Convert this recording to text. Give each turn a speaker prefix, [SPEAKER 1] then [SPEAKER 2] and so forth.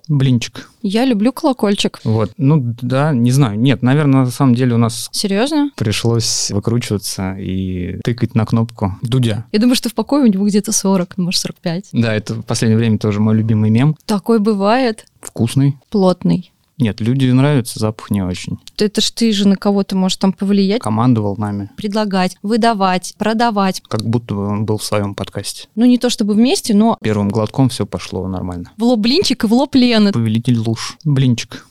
[SPEAKER 1] Блинчик.
[SPEAKER 2] Я люблю колокольчик.
[SPEAKER 1] Вот, да, не знаю. Нет, наверное, на самом деле у нас
[SPEAKER 2] Серьезно?
[SPEAKER 1] пришлось выкручиваться и тыкать на кнопку Дудя.
[SPEAKER 2] Я думаю, что в покое у него где-то 40, может 45.
[SPEAKER 1] Да, это в последнее время тоже мой любимый мем.
[SPEAKER 2] Такой бывает.
[SPEAKER 1] Вкусный.
[SPEAKER 2] Плотный.
[SPEAKER 1] Нет, люди нравятся, запах не очень.
[SPEAKER 2] Это ж ты же на кого-то можешь там повлиять.
[SPEAKER 1] Командовал нами.
[SPEAKER 2] Предлагать, выдавать, продавать.
[SPEAKER 1] Как будто бы он был в своем подкасте.
[SPEAKER 2] Ну, не то чтобы вместе, но
[SPEAKER 1] Первым глотком все пошло нормально.
[SPEAKER 2] в лоб блинчик и в лоб Лены.
[SPEAKER 1] Повелитель луж. Блинчик.